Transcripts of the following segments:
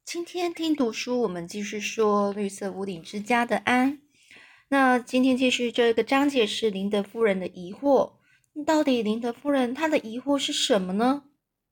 今天听读书，我们继续说绿色屋顶之家的安。那今天继续这个章节是林德夫人的疑惑。到底林德夫人她的疑惑是什么呢？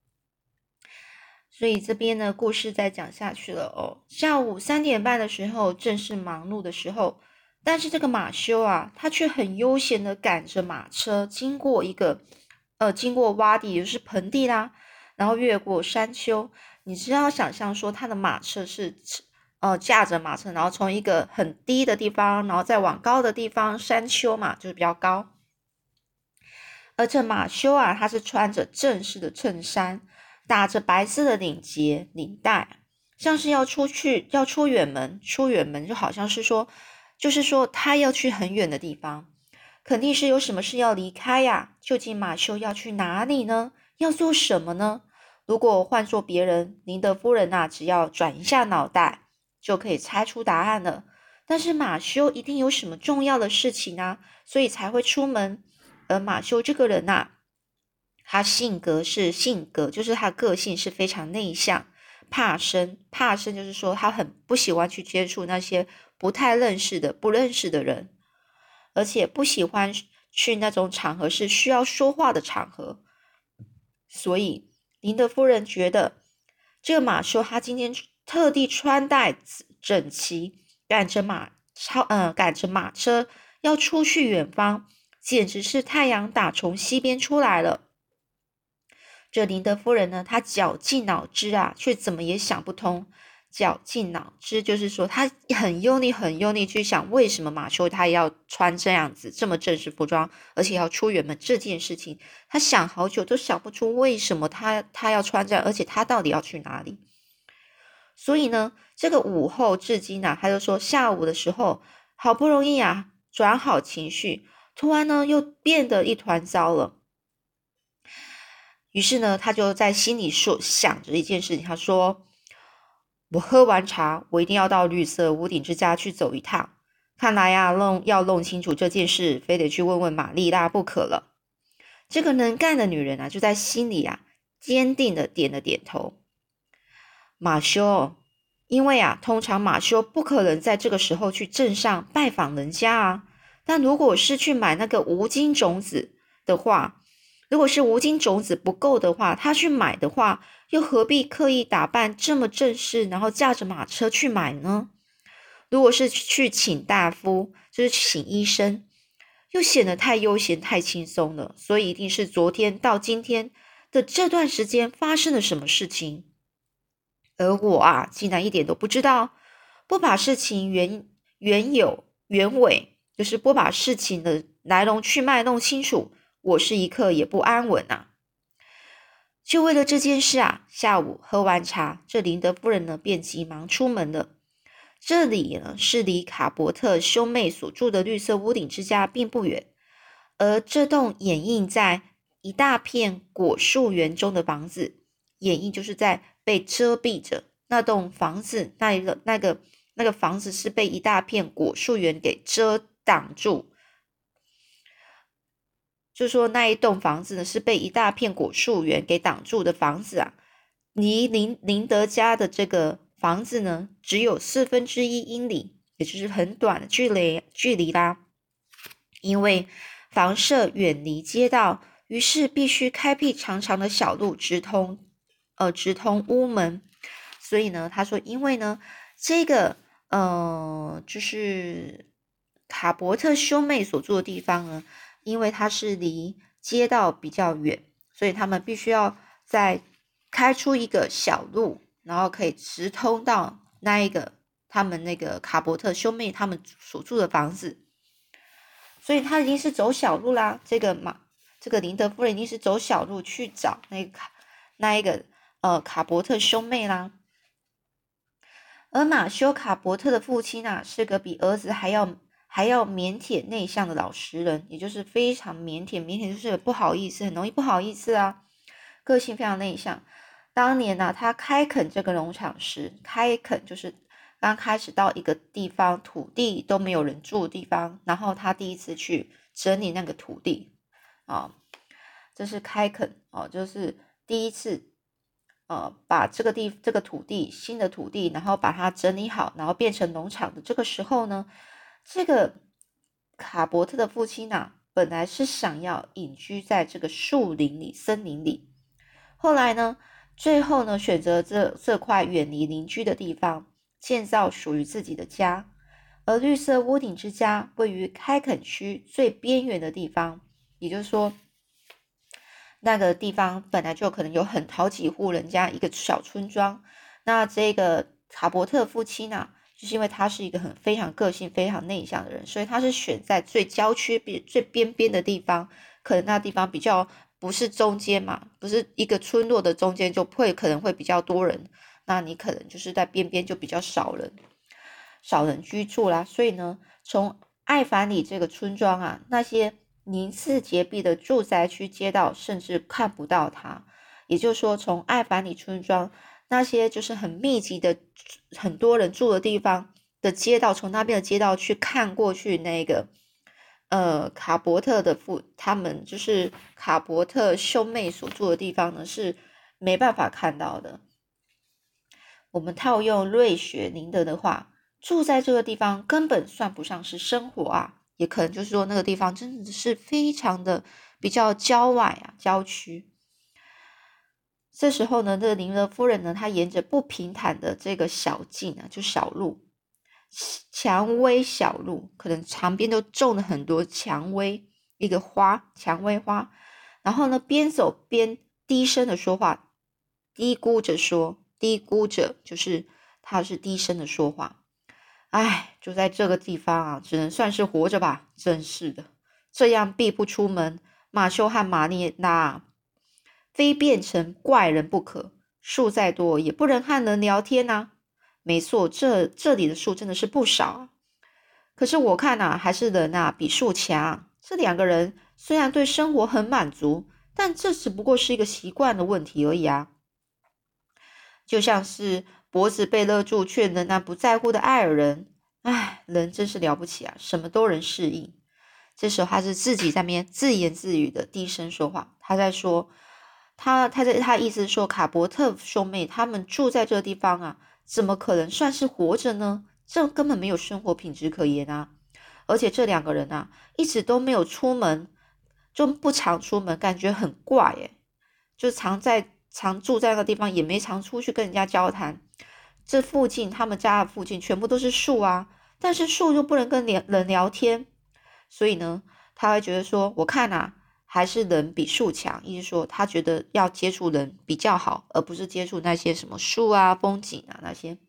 所以这边呢，故事再讲下去了哦。下午3点半的时候，正是忙碌的时候，但是这个马修啊，他却很悠闲的赶着马车，经过经过洼地，也就是盆地啦，然后越过山丘。你只要想象说，他的马车是驾着马车，然后从一个很低的地方，然后再往高的地方，山丘嘛，就是比较高。而这马修啊，他是穿着正式的衬衫，打着白色的领带，像是要出远门。出远门就好像是说，就是说他要去很远的地方，肯定是有什么事要离开呀。究竟马修要去哪里呢？要做什么呢？如果换做别人，林德夫人啊，只要转一下脑袋，就可以猜出答案了。但是马修一定有什么重要的事情啊，所以才会出门。而马修这个人啊，他性格就是他的个性是非常内向，怕生。怕生就是说他很不喜欢去接触那些不认识的人，而且不喜欢去那种场合是需要说话的场合。所以林德夫人觉得这个马修他今天特地穿戴整齐，赶着马车要出去远方，简直是太阳打从西边出来了。这林德夫人呢，她绞尽脑汁啊，却怎么也想不通。绞尽脑汁就是说，她很用力、很用力去想，为什么马修他要穿这样子这么正式服装，而且要出远门这件事情，她想好久都想不出为什么他要穿这样，而且他到底要去哪里。所以呢，这个午后至今啊，他就说下午的时候，好不容易啊转好情绪，突然呢又变得一团糟了。于是呢，他就在心里想着一件事情，他说：“我喝完茶，我一定要到绿色屋顶之家去走一趟。看来呀，要弄清楚这件事，非得去问问玛丽拉不可了。”这个能干的女人啊，就在心里啊，坚定的点了点头。马修，因为啊，通常马修不可能在这个时候去镇上拜访人家啊。但如果是去买那个无金种子的话，如果是无金种子不够的话，他去买的话，又何必刻意打扮这么正式，然后驾着马车去买呢？如果是去请大夫，就是请医生，又显得太悠闲、太轻松了。所以一定是昨天到今天的这段时间发生了什么事情。而我啊，竟然一点都不知道，不把事情原委，就是不把事情的来龙去脉弄清楚，我是一刻也不安稳啊。就为了这件事啊，下午喝完茶，这林德夫人呢便急忙出门了。这里呢是离卡伯特兄妹所住的绿色屋顶之家并不远，而这栋掩映在一大片果树园中的房子，掩映就是在被遮蔽着。那栋房子，那个房子是被一大片果树园给遮挡住，就说那一栋房子呢是被一大片果树园给挡住的房子啊，离林德家的这个房子呢只有1/4英里，也就是很短的距离啦。因为房舍远离街道，于是必须开辟长长的小路直通屋门。所以呢，他说，因为呢，这个就是卡伯特兄妹所住的地方呢，因为它是离街道比较远，所以他们必须要再开出一个小路，然后可以直通到他们那个卡伯特兄妹他们所住的房子。所以他一定是走小路啦。这个林德夫人一定是走小路去找那一个卡伯特兄妹啦。而马修卡伯特的父亲啊，是个比儿子还要腼腆内向的老实人，也就是非常腼腆，腼腆就是不好意思，很容易不好意思啊，个性非常内向。当年呢、他开垦这个农场时，开垦就是刚开始到一个地方，土地都没有人住的地方，然后他第一次去整理那个土地啊，这是开垦哦，就是第一次把这个土地新的土地，然后把它整理好，然后变成农场的这个时候呢，这个卡伯特的父亲啊，本来是想要隐居在这个树林里、森林里，后来呢，最后呢，选择这块远离邻居的地方，建造属于自己的家。而绿色屋顶之家位于开垦区最边缘的地方，也就是说，那个地方本来就可能有好几户人家一个小村庄。那这个卡伯特夫妻呢，就是因为他是一个非常个性、非常内向的人，所以他是选在最郊区、最边边的地方，可能那地方比较不是中间嘛，不是一个村落的中间，就可能会比较多人。那你可能就是在边边就比较少人居住啦。所以呢，从艾凡里这个村庄啊，那些鳞次栉比的住宅区街道甚至看不到它。也就是说，从艾凡里村庄那些就是很密集的很多人住的地方的街道，从那边的街道去看过去，那个卡伯特的他们就是卡伯特兄妹所住的地方呢，是没办法看到的。我们套用瑞雪宁德的话，住在这个地方根本算不上是生活啊，也可能就是说那个地方真的是非常的比较郊外啊，郊区。这时候呢，这个宁德夫人呢，她沿着不平坦的这个小径啊，就小路，蔷薇小路，可能旁边都种了很多蔷薇，一个花，蔷薇花。然后呢，边走边低声的说话，嘀咕着，就是他是低声的说话。哎，就在这个地方啊，只能算是活着吧。真是的，这样必不出门，马修和玛丽娜非变成怪人不可。树再多也不能和人聊天啊。没错，这里的树真的是不少啊。可是我看啊，还是人啊比树强。这两个人虽然对生活很满足，但这只不过是一个习惯的问题而已啊。就像是脖子被勒住却仍然不在乎的爱尔人。唉，人真是了不起啊，什么都能适应。这时候他是自己在那边自言自语的低声说话，他在说他意思是说卡伯特兄妹他们住在这个地方啊，怎么可能算是活着呢？这根本没有生活品质可言啊。而且这两个人啊，一直都没有出门，就不常出门，感觉很怪耶。就常住在那个地方，也没常出去跟人家交谈。这附近他们家的附近全部都是树啊，但是树就不能跟人聊天。所以呢，他会觉得说，我看啊，还是人比树强，意思说他觉得要接触人比较好，而不是接触那些什么树啊、风景啊那些。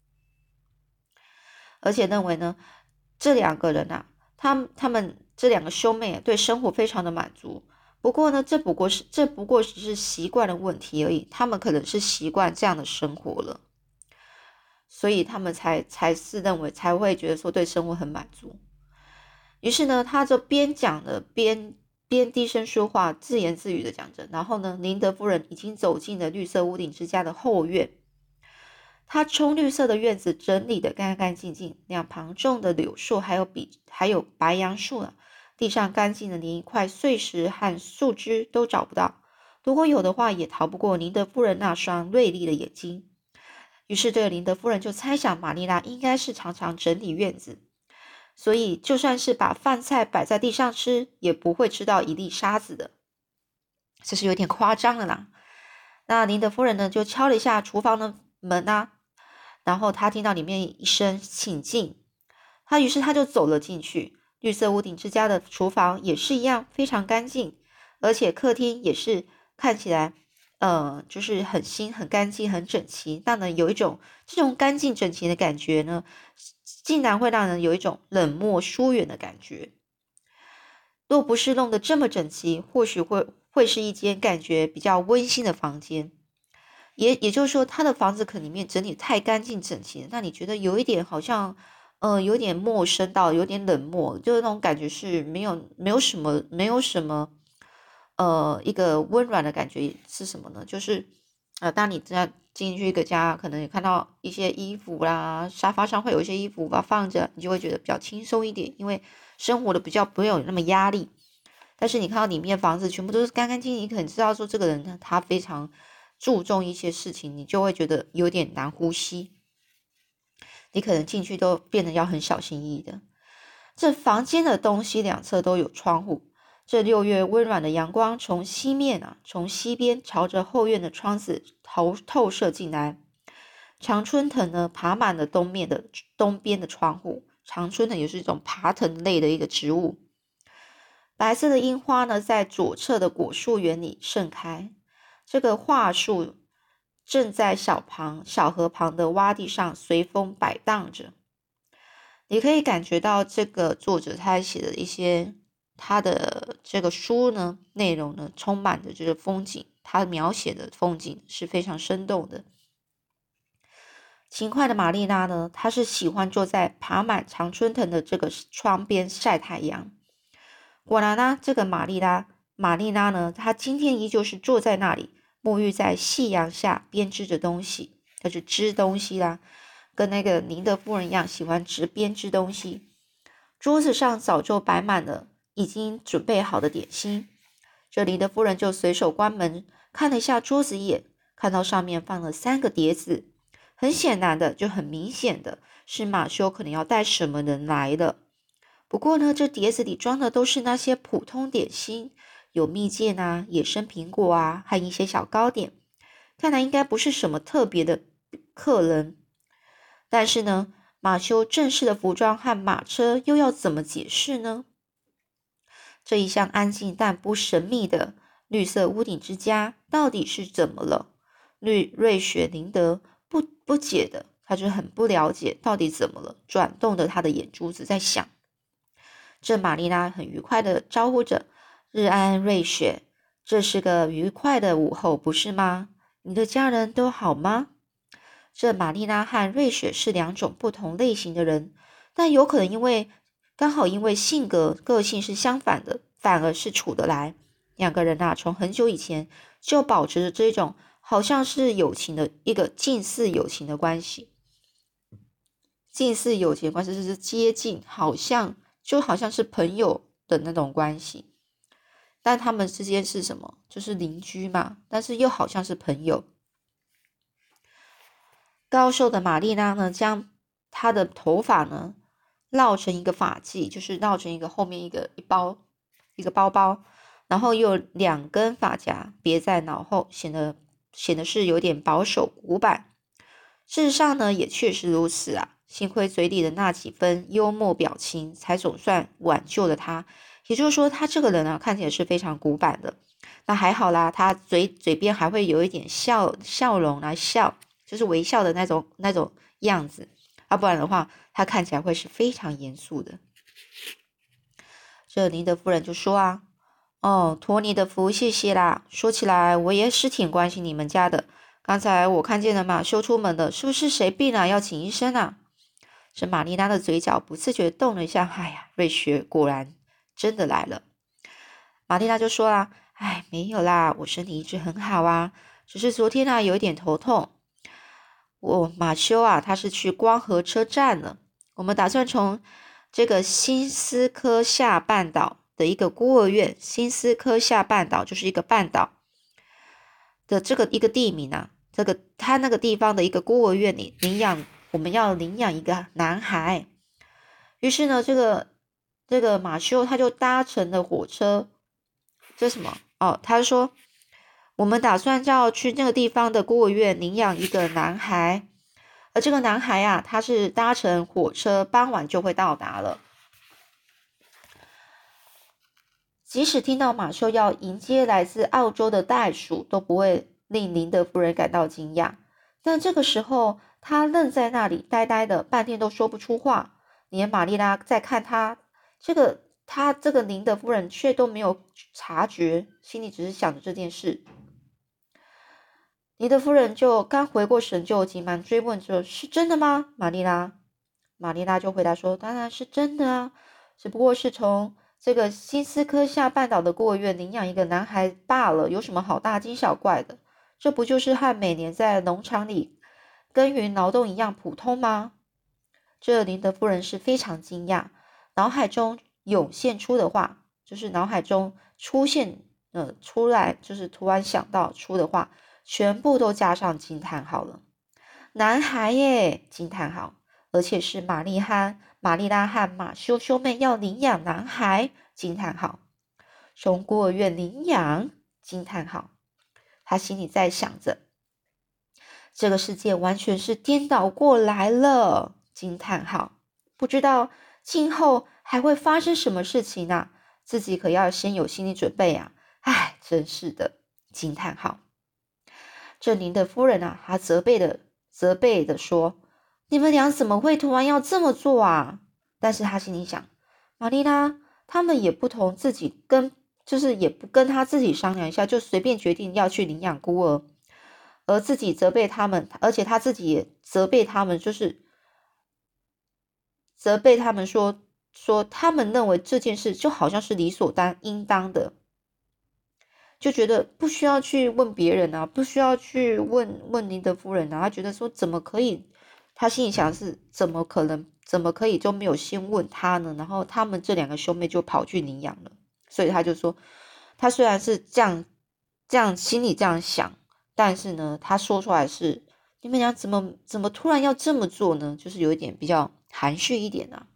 而且认为呢，这两个人啊，他们这两个兄妹对生活非常的满足。不过呢，这不过只是习惯的问题而已，他们可能是习惯这样的生活了，所以他们才是认为才会觉得说对生活很满足。于是呢，他就边讲的边低声说话，自言自语的讲着。然后呢，林德夫人已经走进了绿色屋顶之家的后院。他葱绿色的院子整理得干干净净，两旁种的柳树还有白杨树啊，地上干净的连一块碎石和树枝都找不到。如果有的话，也逃不过林德夫人那双锐利的眼睛。于是这个林德夫人就猜想玛丽拉应该是常常整理院子，所以就算是把饭菜摆在地上吃，也不会吃到一粒沙子的。这是有点夸张了啦。那林德夫人呢，就敲了一下厨房的门啊，然后他听到里面一声请进，于是他就走了进去。绿色屋顶之家的厨房也是一样非常干净，而且客厅也是看起来就是很新很干净很整齐，让人有一种这种干净整齐的感觉呢，竟然会让人有一种冷漠疏远的感觉。若不是弄得这么整齐，或许会是一间感觉比较温馨的房间。也就是说，他的房子可能里面整理太干净整齐了，那你觉得有一点好像，有点陌生到有点冷漠，就是那种感觉是没有什么，一个温暖的感觉是什么呢？就是当你在进去一个家，可能也看到一些衣服啦，沙发上会有一些衣服吧放着，你就会觉得比较轻松一点，因为生活的比较不会有那么压力。但是你看到里面房子全部都是干干净净，你可能知道说这个人呢，他非常注重一些事情，你就会觉得有点难呼吸，你可能进去都变得要很小心翼翼的。这房间的东西两侧都有窗户，这6月温暖的阳光从西边朝着后院的窗子透射进来。常春藤呢爬满了东边的窗户，常春藤也是一种爬藤类的一个植物。白色的樱花呢在左侧的果树园里盛开，这个桦树正在小河旁的洼地上随风摆荡着。你可以感觉到这个作者他写的一些他的这个书呢内容呢充满着这个风景，他描写的风景是非常生动的。勤快的玛丽娜呢，她是喜欢坐在爬满常春藤的这个窗边晒太阳。果然呢，这个玛丽娜呢，她今天依旧是坐在那里，沐浴在夕阳下，编织着东西，就是织东西啦，跟那个宁德夫人一样，喜欢编织东西。桌子上早就摆满了已经准备好的点心，这宁德夫人就随手关门，看了一下桌子一眼，看到上面放了3个碟子。很显然的，就很明显的是马修可能要带什么人来的。不过呢，这碟子里装的都是那些普通点心，有蜜饯啊、野生苹果啊，和一些小糕点。看来应该不是什么特别的客人。但是呢，马修正式的服装和马车又要怎么解释呢？这一向安静但不神秘的绿色屋顶之家到底是怎么了？瑞雪琳德不解的，他就很不了解到底怎么了，转动着他的眼珠子在想。这玛丽娜很愉快的招呼着：“日安，瑞雪，这是个愉快的午后，不是吗？你的家人都好吗？”这玛丽娜和瑞雪是2种不同类型的人，但有可能刚好因为个性是相反的，反而是处得来。2个人从很久以前就保持着这种好像是友情的一个近似友情的关系。近似友情的关系就是接近，好像是朋友的那种关系，但他们之间是什么？就是邻居嘛，但是又好像是朋友。高瘦的玛丽娜呢，将她的头发呢绕成一个发髻，就是绕成后面一个包包，然后又有2根发夹别在脑后，显得是有点保守古板。事实上呢，也确实如此啊。幸亏嘴里的那几分幽默表情，才总算挽救了他。也就是说，他这个人看起来是非常古板的。那还好啦，他嘴边还会有一点笑容来笑，就是微笑的那种样子。不然的话，他看起来会是非常严肃的。这林德夫人就说哦，托你的福，谢谢啦。说起来，我也是挺关心你们家的。刚才我看见了马修出门的，是不是谁病了要请医生啊？这玛丽娜的嘴角不自觉动了一下。哎呀，瑞雪果然真的来了。玛丽娜就说啦，没有啦，我身体一直很好啊，只是昨天有一点头痛。马修他是去光和车站了。我们打算从这个新斯科夏半岛的一个孤儿院，新斯科夏半岛就是一个半岛的这个一个地名他那个地方的一个孤儿院里我们要领养一个男孩。于是呢，这个马修他就搭乘了火车。这什么？他说我们打算要去那个地方的孤儿院领养一个男孩，而这个男孩他是搭乘火车，傍晚就会到达了。即使听到马修要迎接来自澳洲的袋鼠，都不会令林德夫人感到惊讶。但这个时候，他愣在那里，呆呆的，半天都说不出话。连玛丽拉在看他这个林德夫人却都没有察觉，心里只是想着这件事。林德夫人就刚回过神，就急忙追问着：“是真的吗，玛丽拉？”玛丽拉就回答说：“当然是真的啊，只不过是从这个新斯科夏半岛的孤儿院领养一个男孩罢了，有什么好大惊小怪的？这不就是和每年在农场里耕耘劳动一样普通吗？”这林德夫人是非常惊讶，脑海中涌现出的话，就是脑海中出来，就是突然想到出的话， 全部都加上惊叹号了。男孩耶！惊叹号，而且是玛丽拉和马修兄妹要领养男孩！惊叹号，从孤儿院领养！惊叹号，他心里在想着，这个世界完全是颠倒过来了！惊叹号，不知道今后还会发生什么事情呢？自己可要先有心理准备啊！唉，真是的！惊叹号。这林的夫人啊，她责备的说：“你们俩怎么会突然要这么做啊？”但是她心里想，玛丽拉他们也不同自己也不跟他自己商量一下，就随便决定要去领养孤儿，而自己责备他们，而且他自己也责备他们，就是责备他们说他们认为这件事就好像是理所应当的。就觉得不需要去问别人啊，不需要去问林德夫人啊，他觉得说怎么可以？他心里想的是怎么可以就没有先问他呢？然后他们这两个兄妹就跑去领养了，所以他就说，他虽然是这样心里这样想，但是呢，他说出来是你们俩怎么突然要这么做呢？就是有一点比较含蓄一点啊。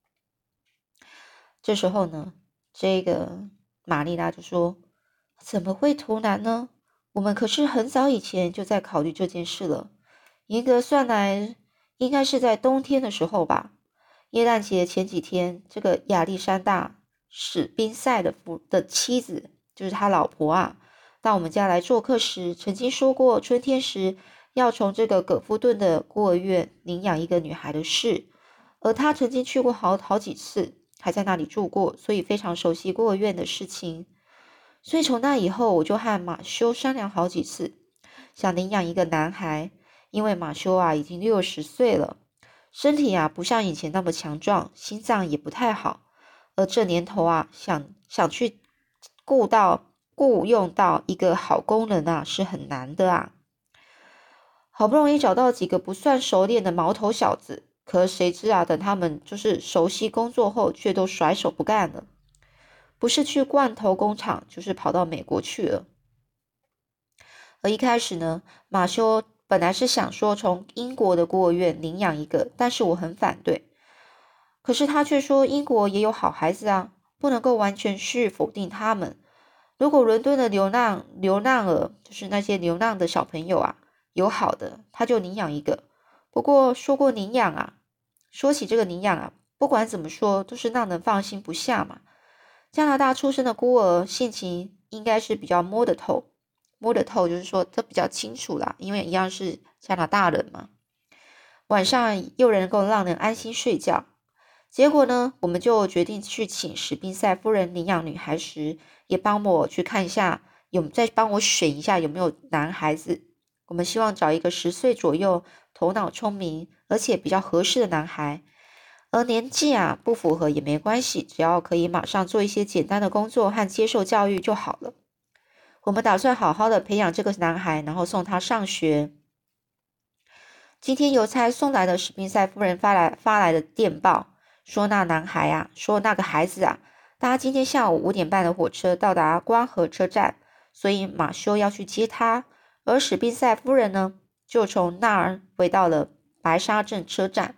这时候呢，这个玛丽拉就说。怎么会突然呢？我们可是很早以前就在考虑这件事了。严格算来，应该是在冬天的时候吧。耶诞节前几天，这个亚历山大史宾塞的妻子，就是他老婆啊，到我们家来做客时，曾经说过春天时要从这个葛夫顿的孤儿院领养一个女孩的事。而他曾经去过好几次，还在那里住过，所以非常熟悉孤儿院的事情。所以从那以后，我就和马修商量好几次，想领养一个男孩，因为马修啊已经60岁了，身体啊不像以前那么强壮，心脏也不太好，而这年头啊，想去雇佣到一个好工人啊是很难的啊。好不容易找到几个不算熟练的毛头小子，可谁知啊，等他们就是熟悉工作后，却都甩手不干了。不是去罐头工厂，就是跑到美国去了。而一开始呢，马修本来是想说从英国的孤儿院领养一个，但是我很反对。可是他却说英国也有好孩子啊，不能够完全去否定他们。如果伦敦的流浪儿，就是那些流浪的小朋友啊，有好的，他就领养一个。不过说过领养啊，说起这个领养啊，不管怎么说，都是让人放心不下嘛。加拿大出生的孤儿性情应该是比较摸得透就是说他比较清楚啦，因为一样是加拿大人嘛。晚上又能够让人安心睡觉。结果呢，我们就决定去请史宾塞夫人领养女孩时，也帮我去看一下，再帮我选一下有没有男孩子。我们希望找一个10岁左右、头脑聪明而且比较合适的男孩。而年纪啊不符合也没关系，只要可以马上做一些简单的工作和接受教育就好了。我们打算好好的培养这个男孩，然后送他上学。今天邮差送来的史宾塞夫人发来的电报，说那个孩子啊，搭今天下午5点半的火车到达光和车站，所以马修要去接他。而史宾塞夫人呢，就从那儿回到了白沙镇车站。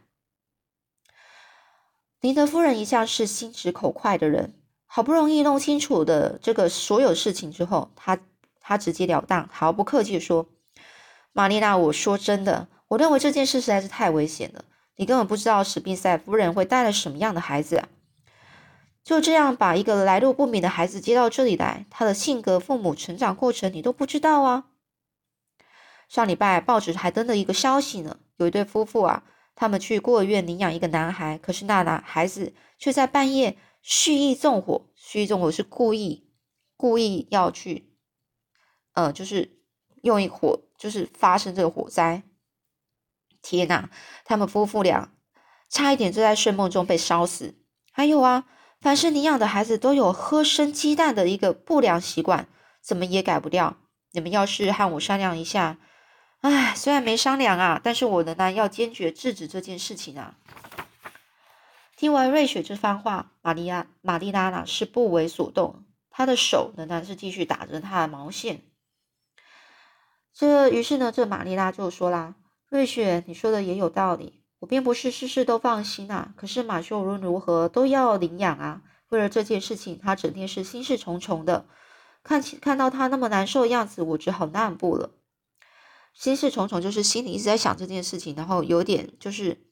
林德夫人一向是心直口快的人，好不容易弄清楚的这个所有事情之后，她直截了当，毫不客气地说：“玛丽娜，我说真的，我认为这件事实在是太危险了。你根本不知道史宾塞夫人会带了什么样的孩子啊！就这样把一个来路不明的孩子接到这里来，他的性格、父母成长过程你都不知道啊！上礼拜报纸还登了一个消息呢，有一对夫妇啊。”他们去孤儿院领养一个男孩，可是那男孩子却在半夜蓄意纵火。蓄意纵火是故意要去，就是用一火，就是发生这个火灾。天哪！他们夫妇俩差一点就在睡梦中被烧死。还有啊，凡是领养的孩子都有喝生鸡蛋的一个不良习惯，怎么也改不掉。你们要是和我商量一下。唉，虽然没商量啊，但是我仍然要坚决制止这件事情啊。听完瑞雪这番话，玛丽拉呢是不为所动，她的手仍然是继续打着她的毛线。 于是呢，这玛丽拉就说啦：瑞雪，你说的也有道理，我并不是事事都放心啊。可是马修无论如何都要领养啊。为了这件事情，他整天是心事重重的。看到他那么难受的样子，我只好让步了。心事重重就是心里一直在想这件事情，然后有点就是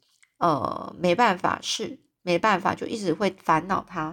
没办法，就一直会烦恼他。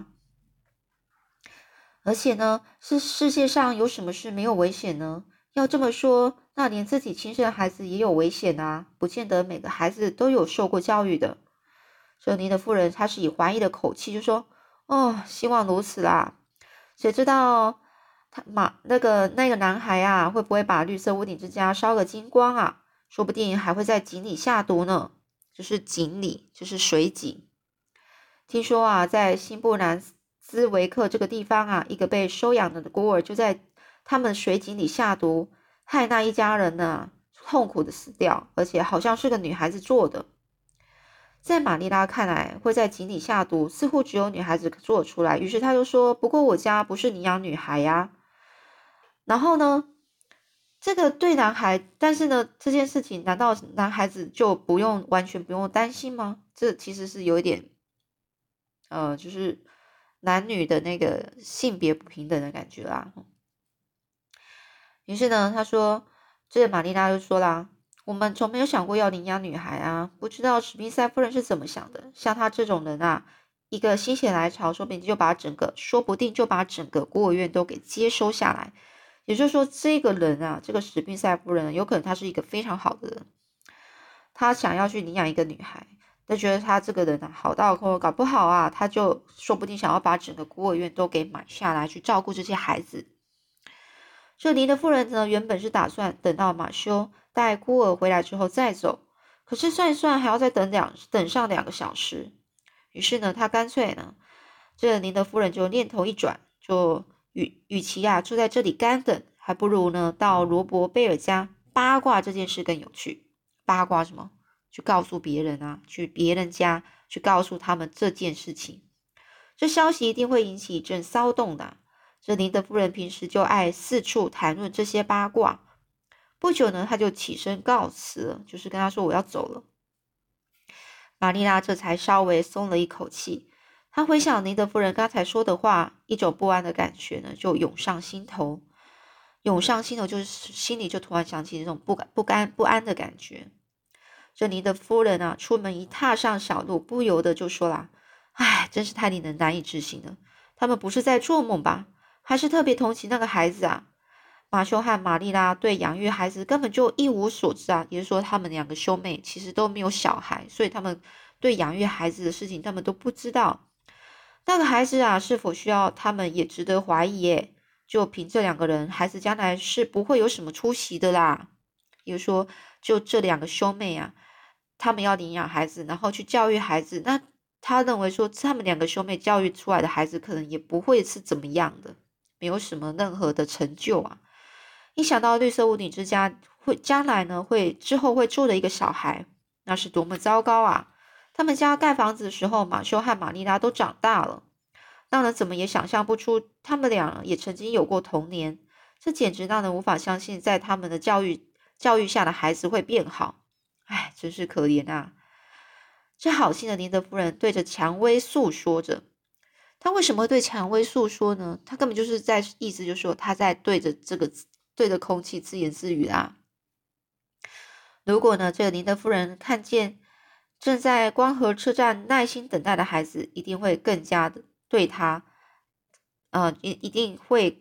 而且呢，是世界上有什么事没有危险呢？要这么说，那连自己亲生的孩子也有危险啊！不见得每个孩子都有受过教育的。舍尼的夫人，她是以怀疑的口气就说：“哦，希望如此啦。谁知道那个男孩啊，会不会把绿色屋顶之家烧个精光啊？说不定还会在井里下毒呢。就是井里，就是水井。听说啊，在新布兰斯维克这个地方啊，一个被收养的孤儿就在他们水井里下毒，害那一家人呢痛苦的死掉，而且好像是个女孩子做的。在玛丽拉看来，会在井里下毒，似乎只有女孩子可做出来。于是他就说：“不过我家不是领养女孩呀。”然后呢，这个对男孩，但是呢，这件事情难道男孩子就完全不用担心吗？这其实是有一点就是男女的那个性别不平等的感觉啦。于是呢，他说，这玛丽拉就说啦，我们从没有想过要领养女孩啊，不知道史宾塞夫人是怎么想的。像她这种人啊，一个心血来潮，说不定就把整个孤儿院都给接收下来。也就是说，这个人啊，这个史宾塞夫人，有可能他是一个非常好的人，他想要去领养一个女孩。他觉得他这个人啊，好到搞不好啊，他就说不定想要把整个孤儿院都给买下来，去照顾这些孩子。这尼的夫人呢，原本是打算等到马修带孤儿回来之后再走，可是算一算还要再等上2个小时。于是呢，他干脆呢，这尼的夫人就念头一转，就与其啊住在这里干等，还不如呢到罗伯贝尔家八卦这件事更有趣。八卦什么？去告诉别人啊，去别人家去告诉他们这件事情，这消息一定会引起一阵骚动的。这林德夫人平时就爱四处谈论这些八卦。不久呢，她就起身告辞了，就是跟他说我要走了。玛丽拉这才稍微松了一口气。她回想林德夫人刚才说的话，一种不安的感觉呢就涌上心头。就是心里就突然想起那种不安的感觉。这尼的夫人啊，出门一踏上小路，不由得就说啦：“唉，真是太令人难以置信了。他们不是在做梦吧？还是特别同情那个孩子啊？”马修和玛丽拉对养育孩子根本就一无所知啊，也就是说，他们2个兄妹其实都没有小孩，所以他们对养育孩子的事情他们都不知道。那个孩子啊，是否需要他们也值得怀疑耶。就凭这2个人，孩子将来是不会有什么出息的啦。也就是说，就这2个兄妹啊。他们要领养孩子，然后去教育孩子，那他认为说，他们2个兄妹教育出来的孩子可能也不会是怎么样的，没有什么任何的成就啊。一想到绿色屋顶之家将来呢之后会住的一个小孩，那是多么糟糕啊！他们家盖房子的时候，马修和玛丽拉都长大了，让人怎么也想象不出他们俩也曾经有过童年。这简直让人无法相信，在他们的教育下的孩子会变好。唉，真是可怜啊！这好心的尼德夫人对着蔷薇诉说着。她为什么会对蔷薇诉说呢？她根本就是意思就是说，她在对着空气自言自语啊。如果呢，这个尼德夫人看见正在光和车站耐心等待的孩子，一定会更加的对他，一定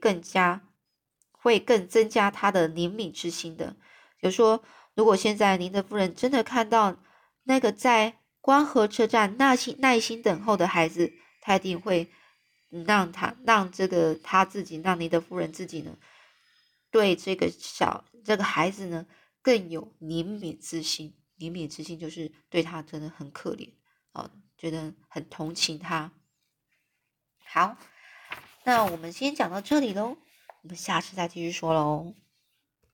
会更增加他的怜悯之心的。比如说，如果现在尼德夫人真的看到那个在光和车站耐心等候的孩子，他一定会让尼德夫人自己呢，对这个孩子呢更有怜悯之心。怜悯之心就是对他真的很可怜觉得很同情他。好，那我们先讲到这里喽，我们下次再继续说喽。